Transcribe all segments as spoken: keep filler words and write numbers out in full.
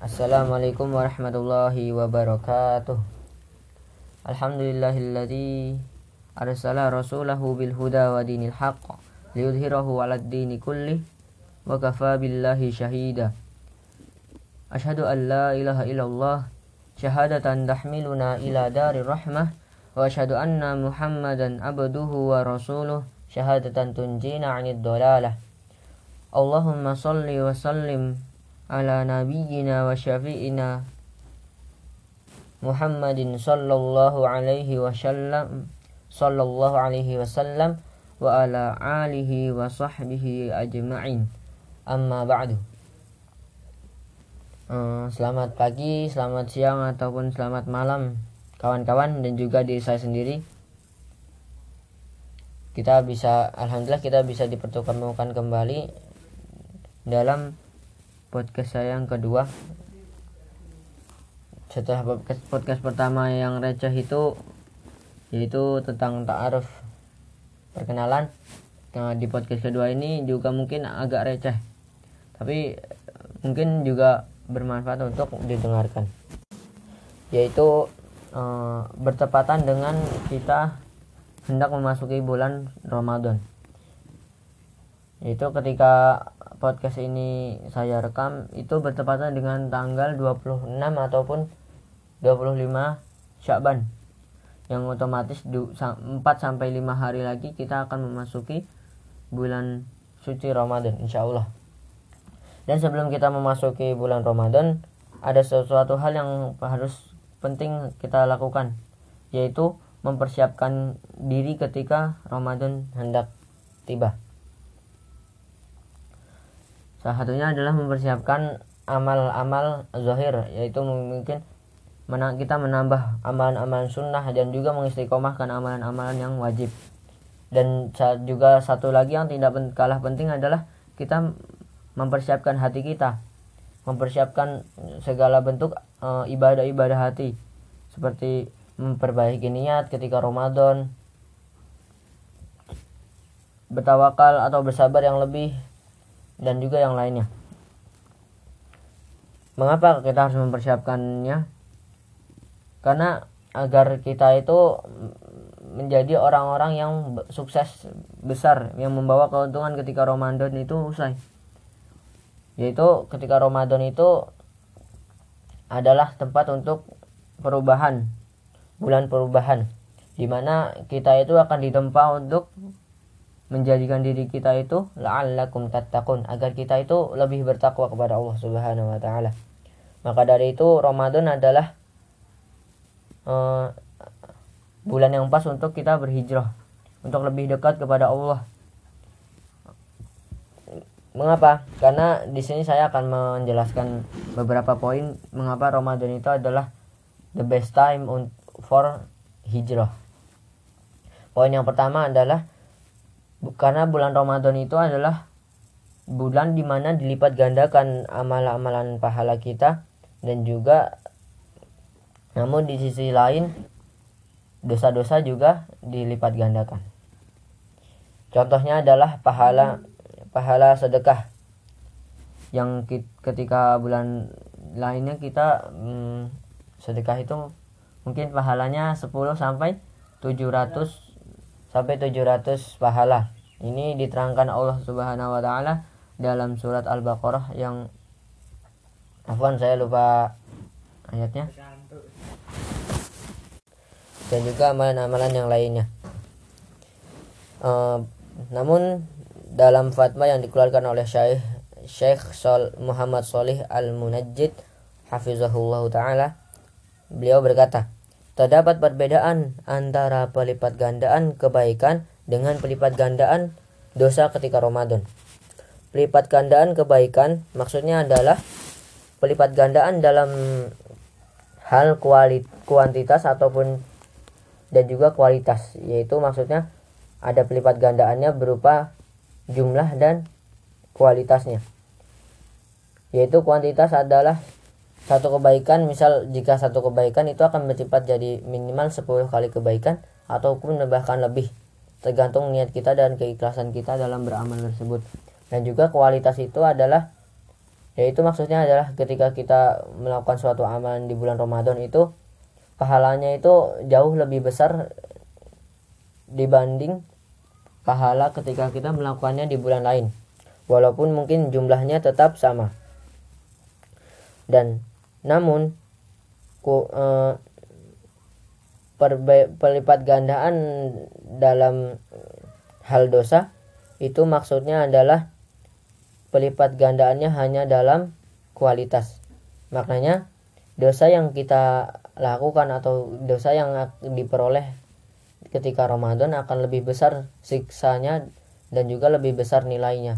Assalamualaikum warahmatullahi wabarakatuh. Alhamdulillahilladzi arsala rasulahu bil huda wa dinil haqq liyudhhirahu 'alad dini kullih wa kafa billahi syahida. Asyhadu an la ilaha illallah syahadatan tahmiluna ila darir rahmah wa asyhadu anna Muhammadan abduhu wa rasuluh syahadatan tunjina 'anid dhalalah. Allahumma shalli wa sallim ala nabiyyina wa syafi'ina Muhammadin sallallahu alaihi wasallam sallallahu alaihi wasallam wa ala alihi wa sahbihi ajma'in. Amma ba'du. uh, Selamat pagi, selamat siang ataupun selamat malam kawan-kawan dan juga diri saya sendiri. Kita bisa, alhamdulillah kita bisa dipertemukan kembali dalam podcast saya yang kedua. Setelah podcast, podcast pertama yang receh itu, yaitu tentang ta'aruf, perkenalan. Nah, di podcast kedua ini juga mungkin agak receh, tapi mungkin juga bermanfaat untuk didengarkan. Yaitu e, bertepatan dengan kita hendak memasuki bulan Ramadan. Yaitu ketika podcast ini saya rekam itu bertepatan dengan tanggal dua puluh enam ataupun dua puluh lima Sya'ban, yang otomatis empat sampai lima hari lagi kita akan memasuki bulan suci Ramadan insyaallah. Dan sebelum kita memasuki bulan Ramadan, ada sesuatu hal yang harus penting kita lakukan, yaitu mempersiapkan diri ketika Ramadan hendak tiba. Salah satunya adalah mempersiapkan amal-amal zahir, yaitu mungkin mena- kita menambah amalan-amalan sunnah dan juga mengistiqomahkan amalan-amalan yang wajib. Dan juga satu lagi yang tidak kalah penting adalah kita mempersiapkan hati kita, mempersiapkan segala bentuk e, ibadah-ibadah hati, seperti memperbaiki niat ketika Ramadan, bertawakal atau bersabar yang lebih, dan juga yang lainnya. Mengapa kita harus mempersiapkannya? Karena agar kita itu menjadi orang-orang yang sukses besar, yang membawa keuntungan ketika Ramadan itu usai. Yaitu ketika Ramadan itu adalah tempat untuk perubahan, bulan perubahan, di mana kita itu akan ditempa untuk menjadikan diri kita itu la'allakum tattaqun, agar kita itu lebih bertakwa kepada Allah Subhanahu wa taala. Maka dari itu Ramadan adalah uh, bulan yang pas untuk kita berhijrah, untuk lebih dekat kepada Allah. Mengapa? Karena di sini saya akan menjelaskan beberapa poin mengapa Ramadan itu adalah the best time for hijrah. Poin yang pertama adalah karena bulan Ramadan itu adalah bulan di mana dilipat gandakan amalan-amalan pahala kita, dan juga namun di sisi lain dosa-dosa juga dilipat gandakan. Contohnya adalah pahala pahala sedekah yang ketika bulan lainnya kita hmm, sedekah itu mungkin pahalanya sepuluh sampai tujuh ratus sampai tujuh ratus pahala. Ini diterangkan Allah Subhanahu wa taala dalam surat Al-Baqarah yang afwan saya lupa ayatnya. Dan juga amalan-amalan yang lainnya. Uh, namun dalam fatwa yang dikeluarkan oleh Syekh Syekh Sol, Muhammad Shalih Al-Munajjid hafizahullah taala, beliau berkata, terdapat perbedaan antara pelipat gandaan kebaikan dengan pelipat gandaan dosa ketika Ramadan. Pelipat gandaan kebaikan maksudnya adalah pelipat gandaan dalam hal kualit, kuantitas ataupun dan juga kualitas, yaitu maksudnya ada pelipat gandaannya berupa jumlah dan kualitasnya. Yaitu kuantitas adalah satu kebaikan, misal jika satu kebaikan itu akan bersifat jadi minimal sepuluh kali kebaikan ataupun bahkan lebih, tergantung niat kita dan keikhlasan kita dalam beramal tersebut. Dan juga kualitas itu adalah Yaitu maksudnya adalah ketika kita melakukan suatu amalan di bulan Ramadan itu pahalanya itu jauh lebih besar dibanding pahala ketika kita melakukannya di bulan lain, walaupun mungkin jumlahnya tetap sama. Dan namun ku, eh, perbe- pelipat gandaan dalam hal dosa itu maksudnya adalah pelipat gandaannya hanya dalam kualitas. Maknanya dosa yang kita lakukan atau dosa yang diperoleh ketika Ramadan akan lebih besar siksanya dan juga lebih besar nilainya.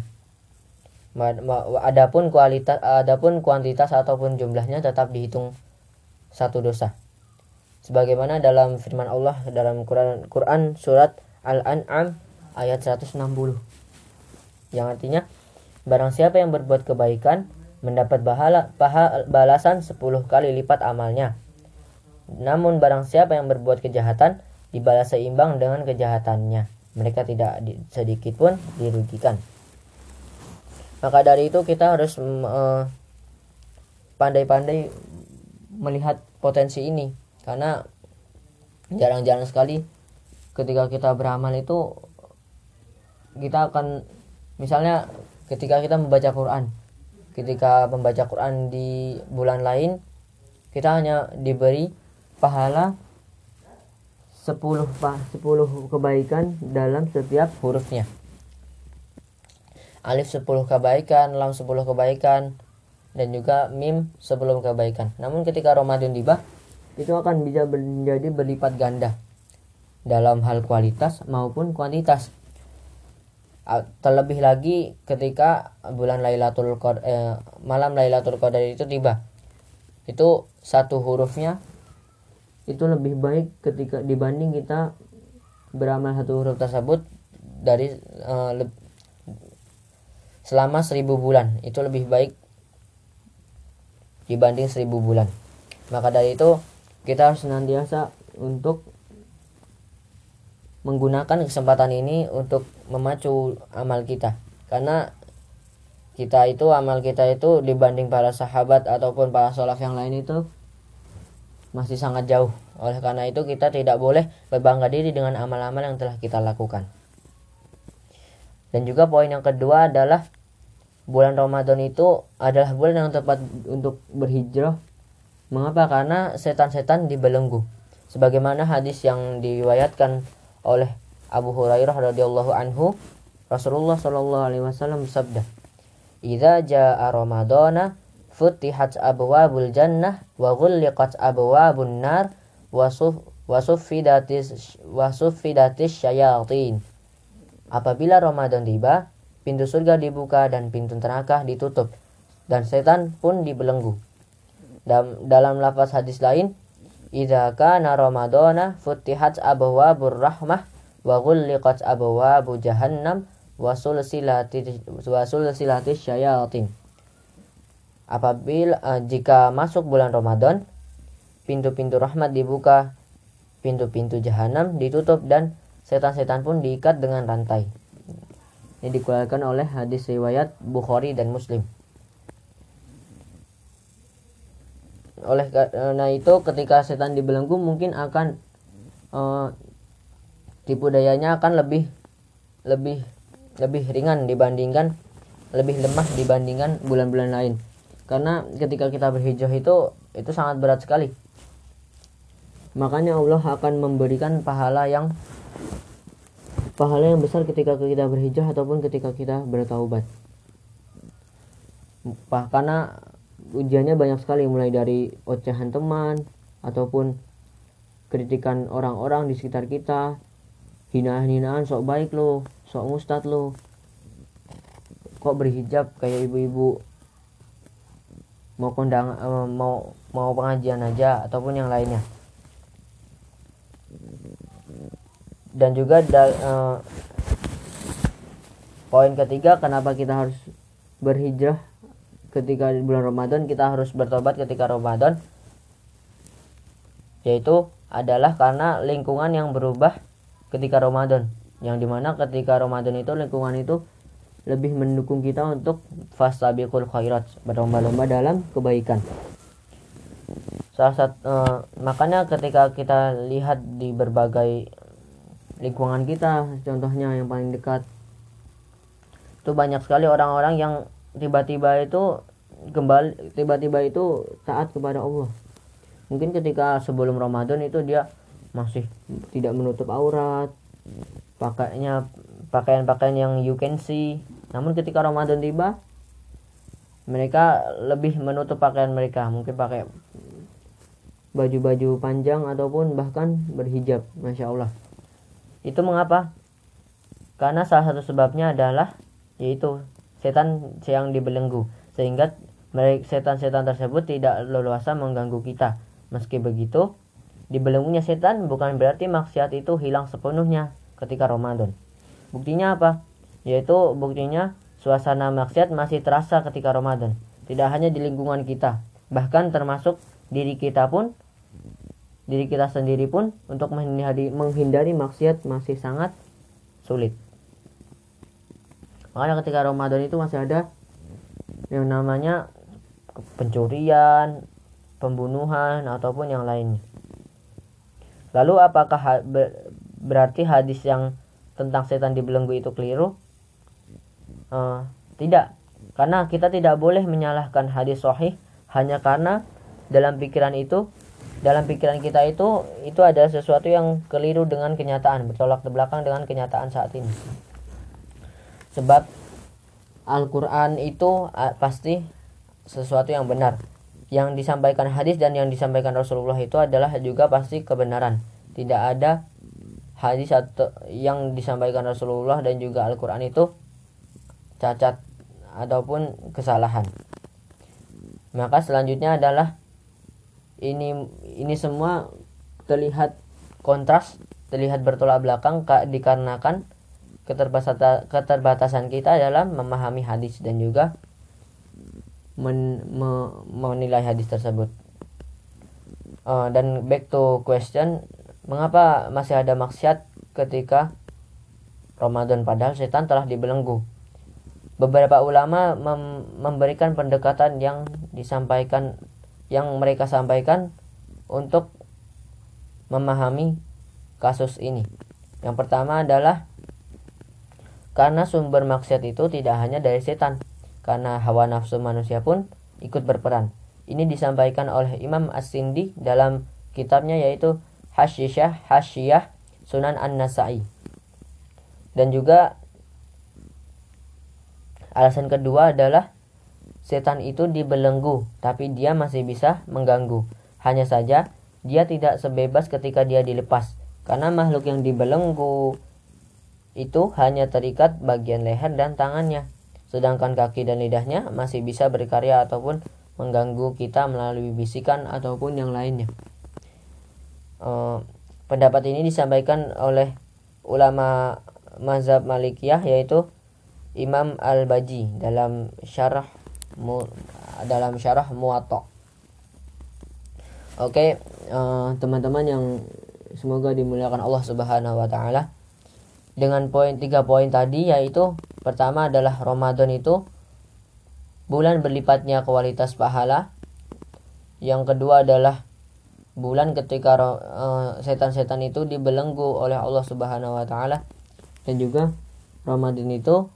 Adapun kualitas, adapun kuantitas ataupun jumlahnya tetap dihitung satu dosa. Sebagaimana dalam firman Allah dalam Quran, Quran surat Al-An'am ayat seratus enam puluh. Yang artinya, barang siapa yang berbuat kebaikan mendapat bahala, pahala balasan sepuluh kali lipat amalnya. Namun barang siapa yang berbuat kejahatan dibalas seimbang dengan kejahatannya. Mereka tidak sedikit pun dirugikan. Maka dari itu kita harus uh, pandai-pandai melihat potensi ini, karena jarang-jarang sekali ketika kita beramal itu kita akan, misalnya ketika kita membaca Quran, ketika membaca Quran di bulan lain kita hanya diberi pahala sepuluh kebaikan dalam setiap hurufnya. Alif sepuluh kebaikan, lam sepuluh kebaikan, dan juga mim sebelum kebaikan. Namun ketika Ramadan tiba, itu akan bisa menjadi berlipat ganda dalam hal kualitas maupun kuantitas. Terlebih lagi ketika bulan Lailatul Qadar, eh, malam Lailatul Qadar itu tiba, itu satu hurufnya itu lebih baik ketika dibanding kita beramal satu huruf tersebut dari eh, le- selama seribu bulan, itu lebih baik dibanding seribu bulan. Maka dari itu kita harus senantiasa untuk menggunakan kesempatan ini untuk memacu amal kita, karena kita itu amal kita itu dibanding para sahabat ataupun para salaf yang lain itu masih sangat jauh. Oleh karena itu kita tidak boleh berbangga diri dengan amal-amal yang telah kita lakukan. Dan juga poin yang kedua adalah bulan Ramadan itu adalah bulan yang tepat untuk berhijrah. Mengapa? Karena setan-setan dibelenggu. Sebagaimana hadis yang diriwayatkan oleh Abu Hurairah radhiyallahu anhu, Rasulullah shallallahu alaihi wasallam bersabda, "Idza jaa Ramadana futihat abwabul jannah wa ghulliqat abwabun nar wa suffidatis wa suffidatis syayatin." Apabila Ramadan tiba, pintu surga dibuka dan pintu neraka ditutup, dan setan pun dibelenggu. Dalam, dalam lafaz hadis lain, idza kana ramadana futihat abwabur rahmah wa ghulliqat abwabu jahannam wa sulsilatis wa sulsilatis syayatin. Apabila uh, jika masuk bulan Ramadan, pintu-pintu rahmat dibuka, pintu-pintu jahanam ditutup, dan setan-setan pun diikat dengan rantai. Ini dikeluarkan oleh hadis riwayat Bukhari dan Muslim. Oleh karena itu ketika setan dibelenggu mungkin akan uh, tipu dayanya akan lebih lebih lebih ringan dibandingkan lebih lemah dibandingkan bulan-bulan lain. Karena ketika kita berhijrah itu itu sangat berat sekali. Makanya Allah akan memberikan pahala yang pahala yang besar ketika kita berhijrah ataupun ketika kita bertaubat. Karena ujiannya banyak sekali, mulai dari ocehan teman ataupun kritikan orang-orang di sekitar kita, hinaan-hinaan, sok baik lo, sok ustad lo, kok berhijab kayak ibu-ibu, mau kondang eh, mau mau pengajian aja ataupun yang lainnya. Dan juga da, eh, poin ketiga, kenapa kita harus berhijrah ketika bulan Ramadan, kita harus bertobat ketika Ramadan, yaitu adalah karena lingkungan yang berubah ketika Ramadan, yang dimana ketika Ramadan itu lingkungan itu lebih mendukung kita untuk fastabiqul khairat, berlomba-lomba dalam kebaikan. Salah satu uh, makanya ketika kita lihat di berbagai lingkungan kita, contohnya yang paling dekat, itu banyak sekali orang-orang yang tiba-tiba itu kembali tiba-tiba itu taat kepada Allah. Mungkin ketika sebelum Ramadan itu dia masih tidak menutup aurat, pakainya pakaian-pakaian yang you can see. Namun ketika Ramadan tiba, mereka lebih menutup pakaian mereka, mungkin pakai baju-baju panjang ataupun bahkan berhijab. Masya Allah. Itu mengapa? Karena salah satu sebabnya adalah yaitu setan yang dibelenggu, sehingga setan-setan tersebut tidak leluasa mengganggu kita. Meski begitu, dibelenggunya setan bukan berarti maksiat itu hilang sepenuhnya ketika Ramadan. Buktinya apa? Yaitu buktinya suasana maksiat masih terasa ketika Ramadan. Tidak hanya di lingkungan kita, bahkan termasuk diri kita pun, diri kita sendiri pun untuk menghindari, menghindari maksiat masih sangat sulit. Makanya ketika Ramadan itu masih ada yang namanya pencurian, pembunuhan ataupun yang lainnya. Lalu apakah ha- ber- berarti hadis yang tentang setan dibelenggu itu keliru? Uh, tidak, karena kita tidak boleh menyalahkan hadis sahih hanya karena dalam pikiran itu, dalam pikiran kita itu itu adalah sesuatu yang keliru dengan kenyataan, bertolak belakang dengan kenyataan saat ini. Sebab Al-Quran itu uh, pasti sesuatu yang benar. Yang disampaikan hadis dan yang disampaikan Rasulullah itu adalah juga pasti kebenaran. Tidak ada hadis atau yang disampaikan Rasulullah dan juga Al-Quran itu cacat ataupun kesalahan. Maka selanjutnya adalah ini ini semua terlihat kontras, terlihat bertolak belakang dikarenakan keterbatasan keterbatasan kita dalam memahami hadis dan juga men, me, menilai hadis tersebut. Uh, dan back to question, mengapa masih ada maksiat ketika Ramadan padahal setan telah dibelenggu? Beberapa ulama mem- memberikan pendekatan yang disampaikan yang mereka sampaikan untuk memahami kasus ini. Yang pertama adalah karena sumber maksiat itu tidak hanya dari setan, karena hawa nafsu manusia pun ikut berperan. Ini disampaikan oleh Imam As-Sindi dalam kitabnya yaitu Hasyishah Hasyiyah Sunan An-Nasa'i. Dan juga alasan kedua adalah setan itu dibelenggu, tapi dia masih bisa mengganggu. Hanya saja dia tidak sebebas ketika dia dilepas, karena makhluk yang dibelenggu itu hanya terikat bagian leher dan tangannya, sedangkan kaki dan lidahnya masih bisa berkarya ataupun mengganggu kita melalui bisikan ataupun yang lainnya. Uh, pendapat ini disampaikan oleh ulama mazhab Malikiyah yaitu Imam Al-Baji dalam syarah mu, dalam syarah Muwatta. Oke, okay, uh, teman-teman yang semoga dimuliakan Allah Subhanahu wa taala. Dengan poin tiga poin tadi, yaitu pertama adalah Ramadan itu bulan berlipatnya kualitas pahala. Yang kedua adalah bulan ketika uh, setan-setan itu dibelenggu oleh Allah Subhanahu wa taala. Dan juga Ramadan itu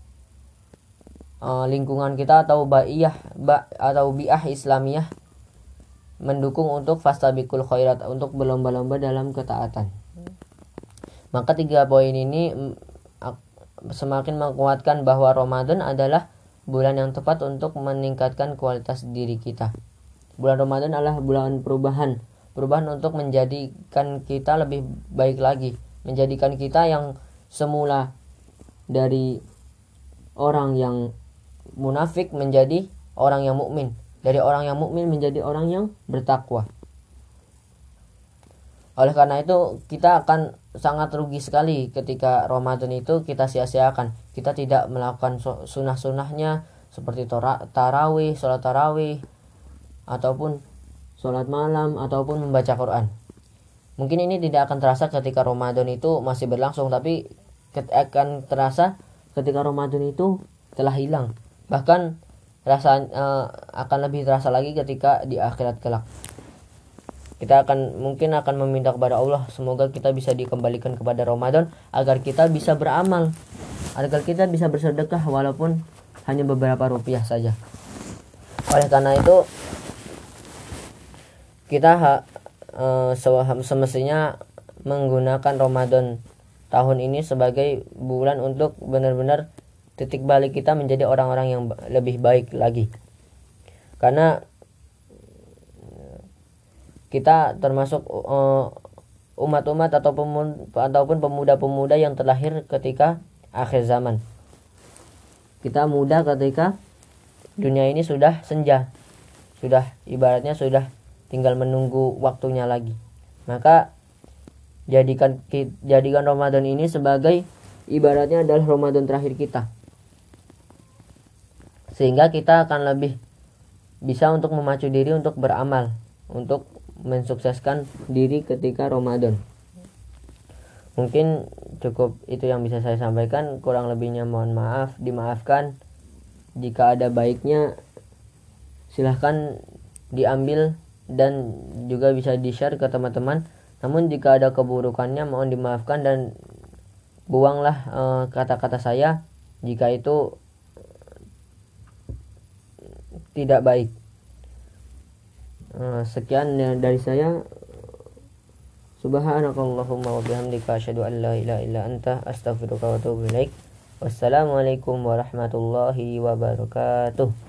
uh, lingkungan kita atau baiyah ba, atau biah Islamiyah mendukung untuk fastabiqul khairat, untuk berlomba-lomba dalam ketaatan. Maka tiga poin ini semakin menguatkan bahwa Ramadan adalah bulan yang tepat untuk meningkatkan kualitas diri kita. Bulan Ramadan adalah bulan perubahan, perubahan untuk menjadikan kita lebih baik lagi, menjadikan kita yang semula dari orang yang munafik menjadi orang yang mukmin, dari orang yang mukmin menjadi orang yang bertakwa. Oleh karena itu kita akan sangat rugi sekali ketika Ramadan itu kita sia-siakan. Kita tidak melakukan sunnah-sunnahnya seperti tarawih, sholat tarawih, ataupun sholat malam, ataupun membaca Quran. Mungkin ini tidak akan terasa ketika Ramadan itu masih berlangsung, tapi akan terasa ketika Ramadan itu telah hilang. Bahkan rasa uh, akan lebih terasa lagi ketika di akhirat kelak. Kita akan mungkin akan meminta kepada Allah semoga kita bisa dikembalikan kepada Ramadan agar kita bisa beramal, agar kita bisa bersedekah walaupun hanya beberapa rupiah saja. Oleh karena itu kita uh, semestinya menggunakan Ramadan tahun ini sebagai bulan untuk benar-benar titik balik kita menjadi orang-orang yang lebih baik lagi. Karena kita termasuk uh, umat-umat atau pemuda, ataupun pemuda-pemuda yang terlahir ketika akhir zaman. Kita muda ketika dunia ini sudah senja, sudah ibaratnya sudah tinggal menunggu waktunya lagi. Maka jadikan jadikan Ramadan ini sebagai ibaratnya adalah Ramadan terakhir kita, sehingga kita akan lebih bisa untuk memacu diri untuk beramal, untuk mensukseskan diri ketika Ramadan. Mungkin cukup itu yang bisa saya sampaikan, kurang lebihnya mohon maaf, dimaafkan. Jika ada baiknya silahkan diambil dan juga bisa di-share ke teman-teman. Namun jika ada keburukannya mohon dimaafkan dan buanglah uh, kata-kata saya jika itu tidak baik. Uh, sekian dari saya. Subhanakallahumma wa bihamdika asyhadu an la ilaha illa anta astaghfiruka wa atubu ilaik. Wassalamualaikum warahmatullahi wabarakatuh.